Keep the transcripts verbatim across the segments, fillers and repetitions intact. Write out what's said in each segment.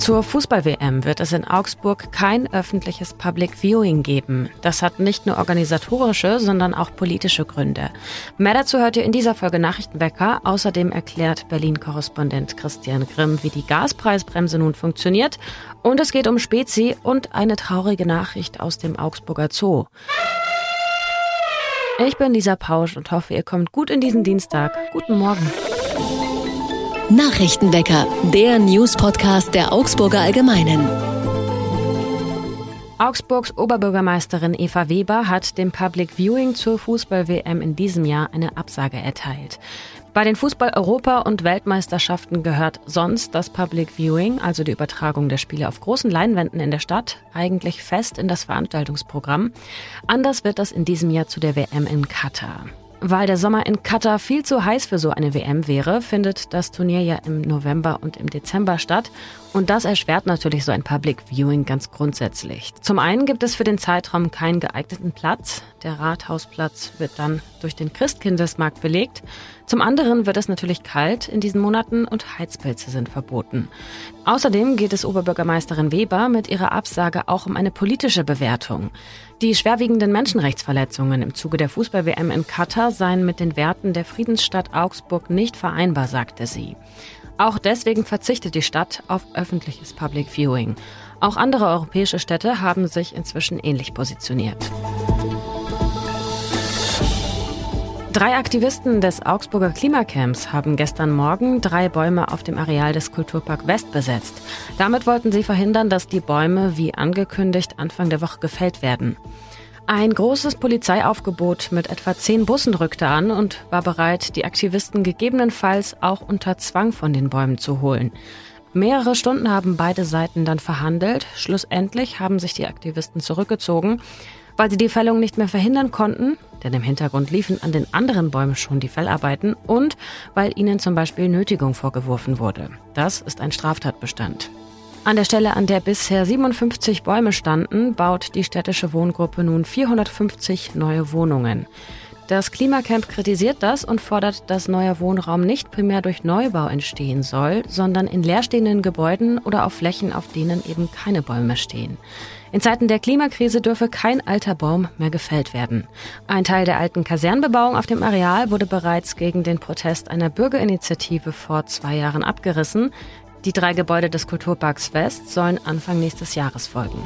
Zur Fußball-W M wird es in Augsburg kein öffentliches Public Viewing geben. Das hat nicht nur organisatorische, sondern auch politische Gründe. Mehr dazu hört ihr in dieser Folge Nachrichtenwecker. Außerdem erklärt Berlin-Korrespondent Christian Grimm, wie die Gaspreisbremse nun funktioniert. Und es geht um Spezi und eine traurige Nachricht aus dem Augsburger Zoo. Ich bin Lisa Pausch und hoffe, ihr kommt gut in diesen Dienstag. Guten Morgen. Nachrichtenwecker, der News-Podcast der Augsburger Allgemeinen. Augsburgs Oberbürgermeisterin Eva Weber hat dem Public Viewing zur Fußball-W M in diesem Jahr eine Absage erteilt. Bei den Fußball-Europa- und Weltmeisterschaften gehört sonst das Public Viewing, also die Übertragung der Spiele auf großen Leinwänden in der Stadt, eigentlich fest in das Veranstaltungsprogramm. Anders wird das in diesem Jahr zu der W M in Katar. Weil der Sommer in Katar viel zu heiß für so eine W M wäre, findet das Turnier ja im November und im Dezember statt. Und das erschwert natürlich so ein Public Viewing ganz grundsätzlich. Zum einen gibt es für den Zeitraum keinen geeigneten Platz. Der Rathausplatz wird dann durch den Christkindlesmarkt belegt. Zum anderen wird es natürlich kalt in diesen Monaten und Heizpilze sind verboten. Außerdem geht es Oberbürgermeisterin Weber mit ihrer Absage auch um eine politische Bewertung. Die schwerwiegenden Menschenrechtsverletzungen im Zuge der Fußball-W M in Katar seien mit den Werten der Friedensstadt Augsburg nicht vereinbar, sagte sie. Auch deswegen verzichtet die Stadt auf öffentliches Public Viewing. Auch andere europäische Städte haben sich inzwischen ähnlich positioniert. Drei Aktivisten des Augsburger Klimacamps haben gestern Morgen drei Bäume auf dem Areal des Kulturpark West besetzt. Damit wollten sie verhindern, dass die Bäume, wie angekündigt, Anfang der Woche gefällt werden. Ein großes Polizeiaufgebot mit etwa zehn Bussen rückte an und war bereit, die Aktivisten gegebenenfalls auch unter Zwang von den Bäumen zu holen. Mehrere Stunden haben beide Seiten dann verhandelt. Schlussendlich haben sich die Aktivisten zurückgezogen, weil sie die Fällung nicht mehr verhindern konnten, denn im Hintergrund liefen an den anderen Bäumen schon die Fellarbeiten und weil ihnen zum Beispiel Nötigung vorgeworfen wurde. Das ist ein Straftatbestand. An der Stelle, an der bisher siebenundfünfzig Bäume standen, baut die städtische Wohngruppe nun vierhundertfünfzig neue Wohnungen. Das Klimacamp kritisiert das und fordert, dass neuer Wohnraum nicht primär durch Neubau entstehen soll, sondern in leerstehenden Gebäuden oder auf Flächen, auf denen eben keine Bäume stehen. In Zeiten der Klimakrise dürfe kein alter Baum mehr gefällt werden. Ein Teil der alten Kasernenbebauung auf dem Areal wurde bereits gegen den Protest einer Bürgerinitiative vor zwei Jahren abgerissen. Die drei Gebäude des Kulturparks West sollen Anfang nächstes Jahres folgen.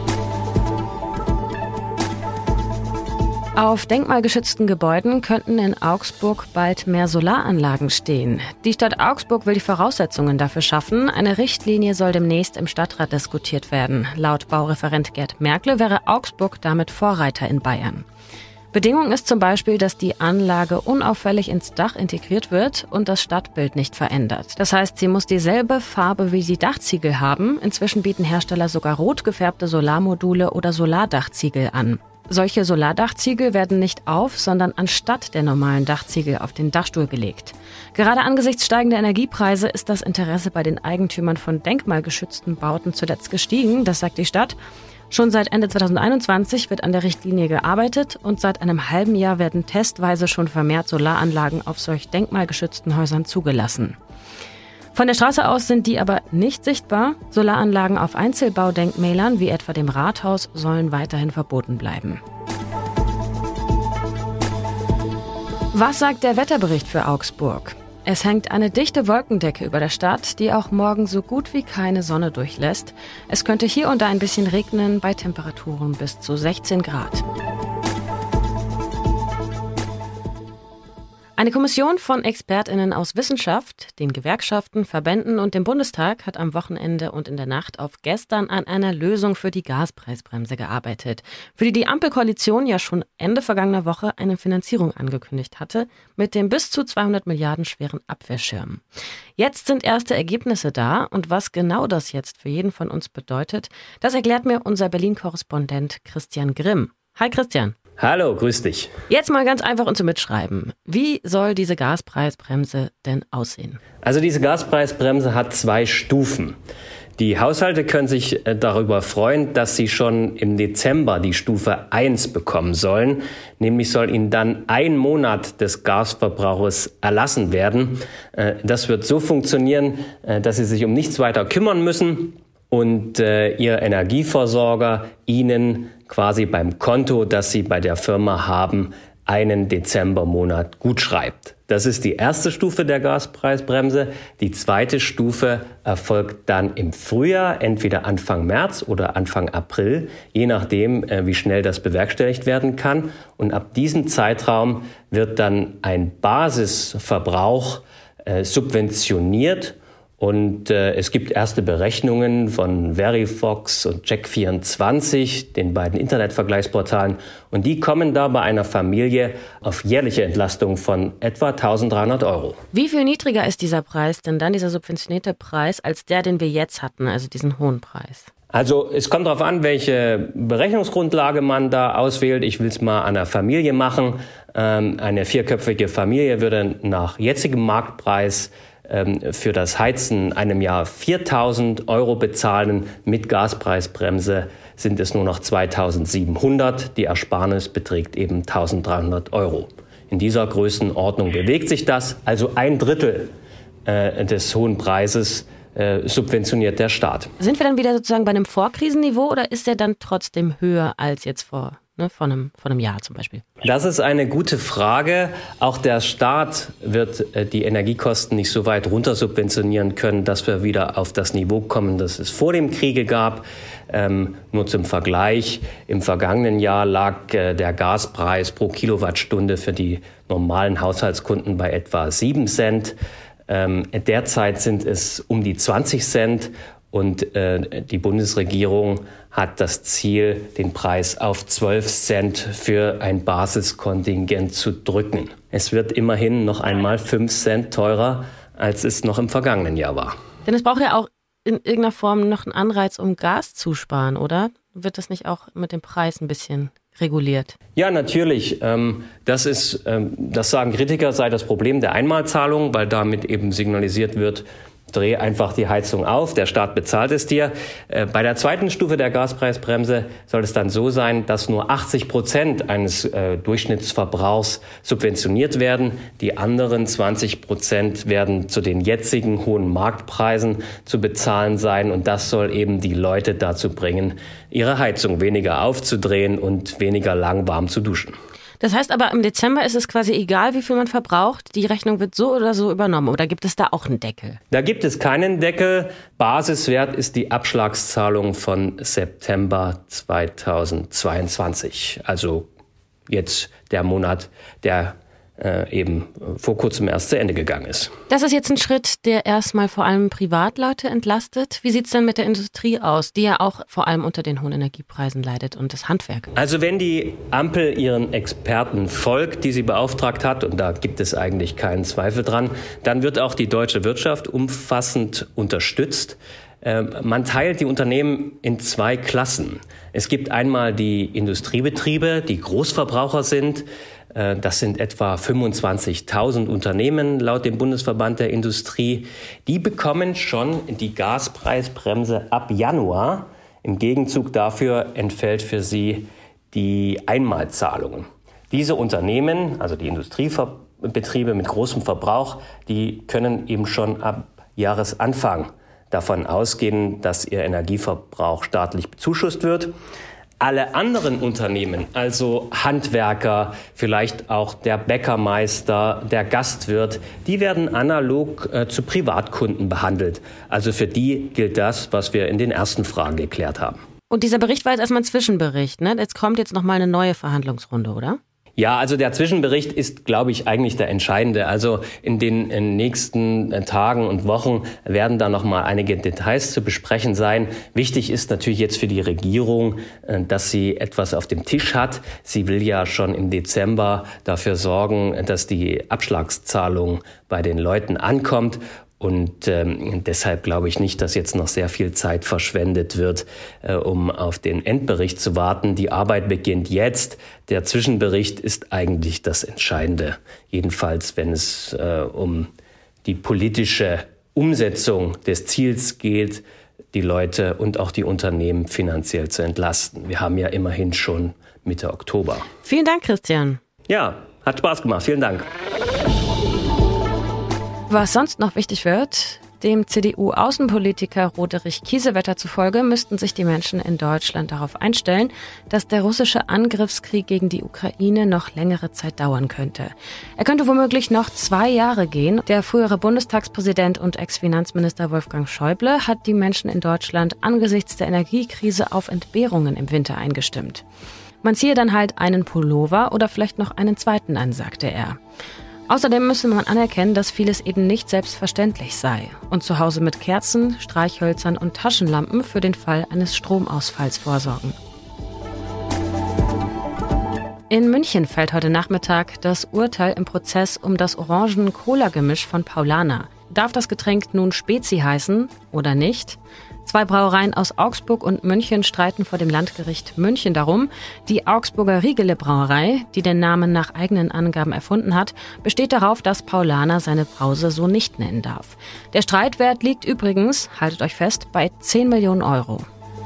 Auf denkmalgeschützten Gebäuden könnten in Augsburg bald mehr Solaranlagen stehen. Die Stadt Augsburg will die Voraussetzungen dafür schaffen. Eine Richtlinie soll demnächst im Stadtrat diskutiert werden. Laut Baureferent Gerd Merkle wäre Augsburg damit Vorreiter in Bayern. Bedingung ist zum Beispiel, dass die Anlage unauffällig ins Dach integriert wird und das Stadtbild nicht verändert. Das heißt, sie muss dieselbe Farbe wie die Dachziegel haben. Inzwischen bieten Hersteller sogar rot gefärbte Solarmodule oder Solardachziegel an. Solche Solardachziegel werden nicht auf, sondern anstatt der normalen Dachziegel auf den Dachstuhl gelegt. Gerade angesichts steigender Energiepreise ist das Interesse bei den Eigentümern von denkmalgeschützten Bauten zuletzt gestiegen, das sagt die Stadt. Schon seit Ende zweitausendeinundzwanzig wird an der Richtlinie gearbeitet und seit einem halben Jahr werden testweise schon vermehrt Solaranlagen auf solch denkmalgeschützten Häusern zugelassen. Von der Straße aus sind die aber nicht sichtbar. Solaranlagen auf Einzelbaudenkmälern, wie etwa dem Rathaus, sollen weiterhin verboten bleiben. Was sagt der Wetterbericht für Augsburg? Es hängt eine dichte Wolkendecke über der Stadt, die auch morgen so gut wie keine Sonne durchlässt. Es könnte hier und da ein bisschen regnen bei Temperaturen bis zu sechzehn Grad. Eine Kommission von ExpertInnen aus Wissenschaft, den Gewerkschaften, Verbänden und dem Bundestag hat am Wochenende und in der Nacht auf gestern an einer Lösung für die Gaspreisbremse gearbeitet, für die die Ampelkoalition ja schon Ende vergangener Woche eine Finanzierung angekündigt hatte, mit dem bis zu zweihundert Milliarden schweren Abwehrschirm. Jetzt sind erste Ergebnisse da und was genau das jetzt für jeden von uns bedeutet, das erklärt mir unser Berlin-Korrespondent Christian Grimm. Hi Christian. Hallo, grüß dich. Jetzt mal ganz einfach und zum Mitschreiben. Wie soll diese Gaspreisbremse denn aussehen? Also diese Gaspreisbremse hat zwei Stufen. Die Haushalte können sich darüber freuen, dass sie schon im Dezember die Stufe eins bekommen sollen. Nämlich soll ihnen dann ein Monat des Gasverbrauches erlassen werden. Das wird so funktionieren, dass sie sich um nichts weiter kümmern müssen. und äh, Ihr Energieversorger Ihnen quasi beim Konto, das Sie bei der Firma haben, einen Dezembermonat gutschreibt. Das ist die erste Stufe der Gaspreisbremse. Die zweite Stufe erfolgt dann im Frühjahr, entweder Anfang März oder Anfang April, je nachdem, wie schnell das bewerkstelligt werden kann. Und ab diesem Zeitraum wird dann ein Basisverbrauch äh, subventioniert. Und äh, es gibt erste Berechnungen von Verifox und Check vierundzwanzig, den beiden Internetvergleichsportalen. Und die kommen da bei einer Familie auf jährliche Entlastung von etwa eintausenddreihundert Euro. Wie viel niedriger ist dieser Preis denn dann, dieser subventionierte Preis, als der, den wir jetzt hatten, also diesen hohen Preis? Also es kommt darauf an, welche Berechnungsgrundlage man da auswählt. Ich will es mal an einer Familie machen. Ähm, eine vierköpfige Familie würde nach jetzigem Marktpreis für das Heizen einem Jahr viertausend Euro bezahlen. Mit Gaspreisbremse sind es nur noch zweitausendsiebenhundert. Die Ersparnis beträgt eben eintausenddreihundert Euro. In dieser Größenordnung bewegt sich das. Also ein Drittel äh, des hohen Preises äh, subventioniert der Staat. Sind wir dann wieder sozusagen bei einem Vorkrisenniveau oder ist der dann trotzdem höher als jetzt vor? Ne, vor einem, vor einem Jahr zum Beispiel? Das ist eine gute Frage. Auch der Staat wird äh, die Energiekosten nicht so weit runter subventionieren können, dass wir wieder auf das Niveau kommen, das es vor dem Kriege gab. Ähm, nur zum Vergleich, im vergangenen Jahr lag äh, der Gaspreis pro Kilowattstunde für die normalen Haushaltskunden bei etwa sieben Cent. Ähm, derzeit sind es um die zwanzig Cent. Und äh, die Bundesregierung hat das Ziel, den Preis auf zwölf Cent für ein Basiskontingent zu drücken. Es wird immerhin noch einmal fünf Cent teurer, als es noch im vergangenen Jahr war. Denn es braucht ja auch in irgendeiner Form noch einen Anreiz, um Gas zu sparen, oder? Wird das nicht auch mit dem Preis ein bisschen reguliert? Ja, natürlich. Das ist, das sagen Kritiker, sei das Problem der Einmalzahlung, weil damit eben signalisiert wird, dreh einfach die Heizung auf, der Staat bezahlt es dir. Bei der zweiten Stufe der Gaspreisbremse soll es dann so sein, dass nur achtzig Prozent eines äh, Durchschnittsverbrauchs subventioniert werden. Die anderen zwanzig Prozent werden zu den jetzigen hohen Marktpreisen zu bezahlen sein. Und das soll eben die Leute dazu bringen, ihre Heizung weniger aufzudrehen und weniger lang warm zu duschen. Das heißt aber, im Dezember ist es quasi egal, wie viel man verbraucht. Die Rechnung wird so oder so übernommen. Oder gibt es da auch einen Deckel? Da gibt es keinen Deckel. Basiswert ist die Abschlagszahlung von September zweitausendzweiundzwanzig. Also jetzt der Monat, der äh, eben vor kurzem erst zu Ende gegangen ist. Das ist jetzt ein Schritt, der erstmal vor allem Privatleute entlastet. Wie sieht es denn mit der Industrie aus, die ja auch vor allem unter den hohen Energiepreisen leidet und das Handwerk? Also wenn die Ampel ihren Experten folgt, die sie beauftragt hat, und da gibt es eigentlich keinen Zweifel dran, dann wird auch die deutsche Wirtschaft umfassend unterstützt. Man teilt die Unternehmen in zwei Klassen. Es gibt einmal die Industriebetriebe, die Großverbraucher sind. Das sind etwa fünfundzwanzigtausend Unternehmen laut dem Bundesverband der Industrie. Die bekommen schon die Gaspreisbremse ab Januar. Im Gegenzug dafür entfällt für sie die Einmalzahlungen. Diese Unternehmen, also die Industriebetriebe mit großem Verbrauch, die können eben schon ab Jahresanfang davon ausgehen, dass ihr Energieverbrauch staatlich bezuschusst wird. Alle anderen Unternehmen, also Handwerker, vielleicht auch der Bäckermeister, der Gastwirt, die werden analog äh, zu Privatkunden behandelt. Also für die gilt das, was wir in den ersten Fragen geklärt haben. Und dieser Bericht war jetzt erstmal ein Zwischenbericht, ne? Jetzt kommt jetzt nochmal eine neue Verhandlungsrunde, oder? Ja, also der Zwischenbericht ist, glaube ich, eigentlich der entscheidende. Also in den nächsten Tagen und Wochen werden da noch mal einige Details zu besprechen sein. Wichtig ist natürlich jetzt für die Regierung, dass sie etwas auf dem Tisch hat. Sie will ja schon im Dezember dafür sorgen, dass die Abschlagszahlung bei den Leuten ankommt. Und ähm, deshalb glaube ich nicht, dass jetzt noch sehr viel Zeit verschwendet wird, äh, um auf den Endbericht zu warten. Die Arbeit beginnt jetzt. Der Zwischenbericht ist eigentlich das Entscheidende. Jedenfalls, wenn es äh, um die politische Umsetzung des Ziels geht, die Leute und auch die Unternehmen finanziell zu entlasten. Wir haben ja immerhin schon Mitte Oktober. Vielen Dank, Christian. Ja, hat Spaß gemacht. Vielen Dank. Was sonst noch wichtig wird, Dem C D U-Außenpolitiker Roderich Kiesewetter zufolge müssten sich die Menschen in Deutschland darauf einstellen, dass der russische Angriffskrieg gegen die Ukraine noch längere Zeit dauern könnte. Er könnte womöglich noch zwei Jahre gehen. Der frühere Bundestagspräsident und Ex-Finanzminister Wolfgang Schäuble hat die Menschen in Deutschland angesichts der Energiekrise auf Entbehrungen im Winter eingestimmt. Man ziehe dann halt einen Pullover oder vielleicht noch einen zweiten an, sagte er. Außerdem müsse man anerkennen, dass vieles eben nicht selbstverständlich sei und zu Hause mit Kerzen, Streichhölzern und Taschenlampen für den Fall eines Stromausfalls vorsorgen. In München fällt heute Nachmittag das Urteil im Prozess um das Orangen-Cola-Gemisch von Paulaner. Darf das Getränk nun Spezi heißen oder nicht? Zwei Brauereien aus Augsburg und München streiten vor dem Landgericht München darum. Die Augsburger Riegele Brauerei, die den Namen nach eigenen Angaben erfunden hat, besteht darauf, dass Paulaner seine Brause so nicht nennen darf. Der Streitwert liegt übrigens, haltet euch fest, bei zehn Millionen Euro.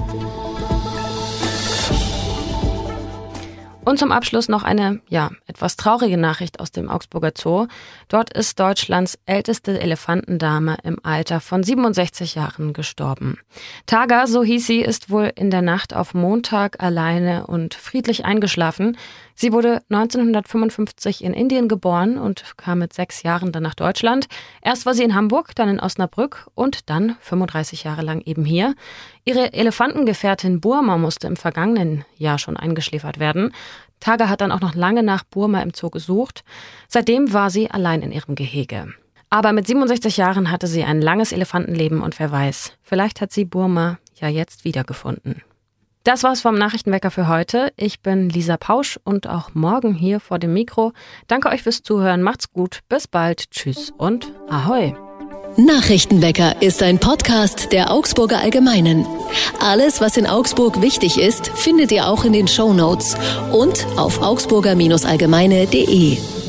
Und zum Abschluss noch eine, ja, etwas traurige Nachricht aus dem Augsburger Zoo. Dort ist Deutschlands älteste Elefantendame im Alter von siebenundsechzig Jahren gestorben. Taga, so hieß sie, ist wohl in der Nacht auf Montag alleine und friedlich eingeschlafen. Sie wurde neunzehnhundertfünfundfünfzig in Indien geboren und kam mit sechs Jahren dann nach Deutschland. Erst war sie in Hamburg, dann in Osnabrück und dann fünfunddreißig Jahre lang eben hier. Ihre Elefantengefährtin Burma musste im vergangenen Jahr schon eingeschläfert werden. Taga hat dann auch noch lange nach Burma im Zoo gesucht. Seitdem war sie allein in ihrem Gehege. Aber mit siebenundsechzig Jahren hatte sie ein langes Elefantenleben und wer weiß, vielleicht hat sie Burma ja jetzt wiedergefunden. Das war's vom Nachrichtenwecker für heute. Ich bin Lisa Pausch und auch morgen hier vor dem Mikro. Danke euch fürs Zuhören. Macht's gut. Bis bald. Tschüss und Ahoi. Nachrichtenwecker ist ein Podcast der Augsburger Allgemeinen. Alles, was in Augsburg wichtig ist, findet ihr auch in den Shownotes und auf augsburger Bindestrich allgemeine punkt de.